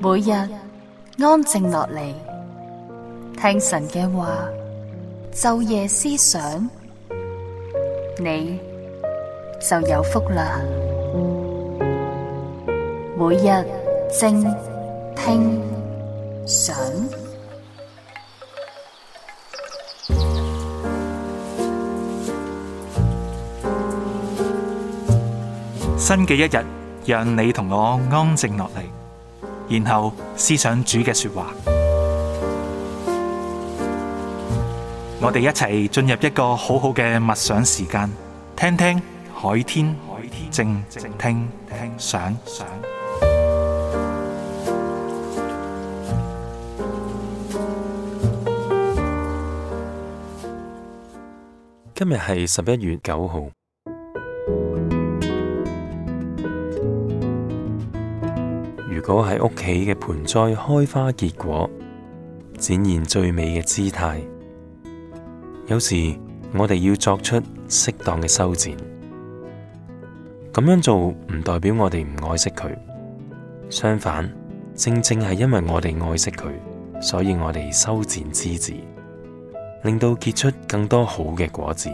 每日安靜落嚟，聽神嘅話，晝夜思想，你就有福啦。每日靜聽想， 新嘅一日，讓你同我安靜落嚟，然後思想主嘅說話。我哋一齊進入一個好好嘅默想時間，聽聽海天，靜聽想。 今日係11月9號。如果喺屋企嘅盆栽開花結果，展現最美嘅姿態，有時我哋要作出適當嘅修剪。咁樣做唔代表我哋唔愛惜佢，相反，正係因為我哋愛惜佢，所以我哋修剪枝子，令到結出更多好嘅果子。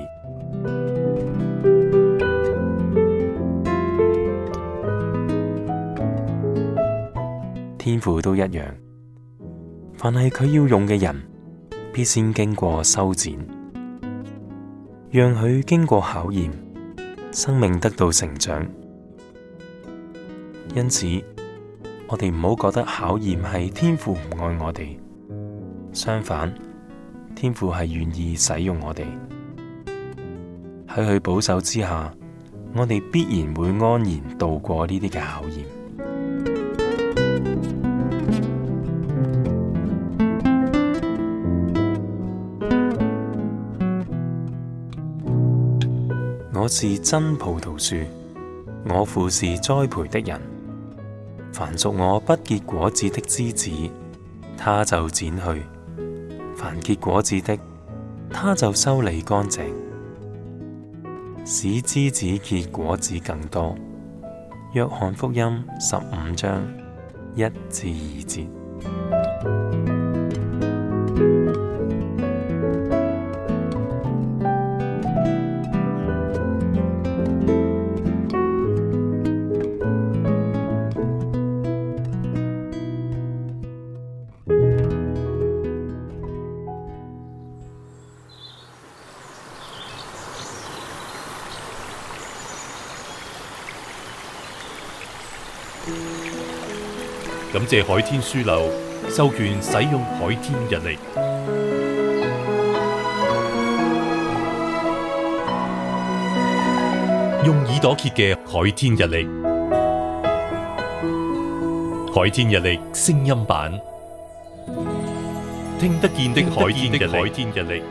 天父都一樣，凡係佢要用嘅人，必先經過修剪，讓佢經過考驗，生命得到成長。因此，我哋唔好覺得考驗係天父唔愛我哋，相反，天父係願意使用我哋。喺佢保守之下，我哋必然會安然度過呢啲嘅考驗。我是真葡萄樹，我父是栽培的人。凡屬我不結果子的枝子，他就剪去；凡結果子的，他就修理乾淨，使枝子結果子更多。約翰福音15章1至2節。 感謝海天書樓授權使用海天日曆，用耳朵揭嘅海天日曆，海天日曆聲音版，聽得見的海天日曆。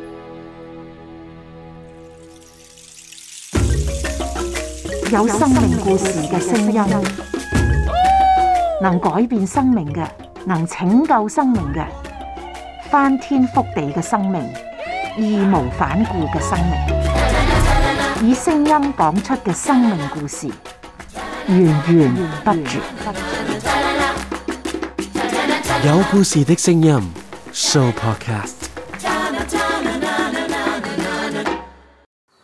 有生命故事嘅聲音，能改變生命嘅，能拯救生命嘅，翻天覆地嘅生命，義無反顧嘅生命，以聲音講出嘅生命故事，源源不絕。 有故事的聲音 Show Podcast。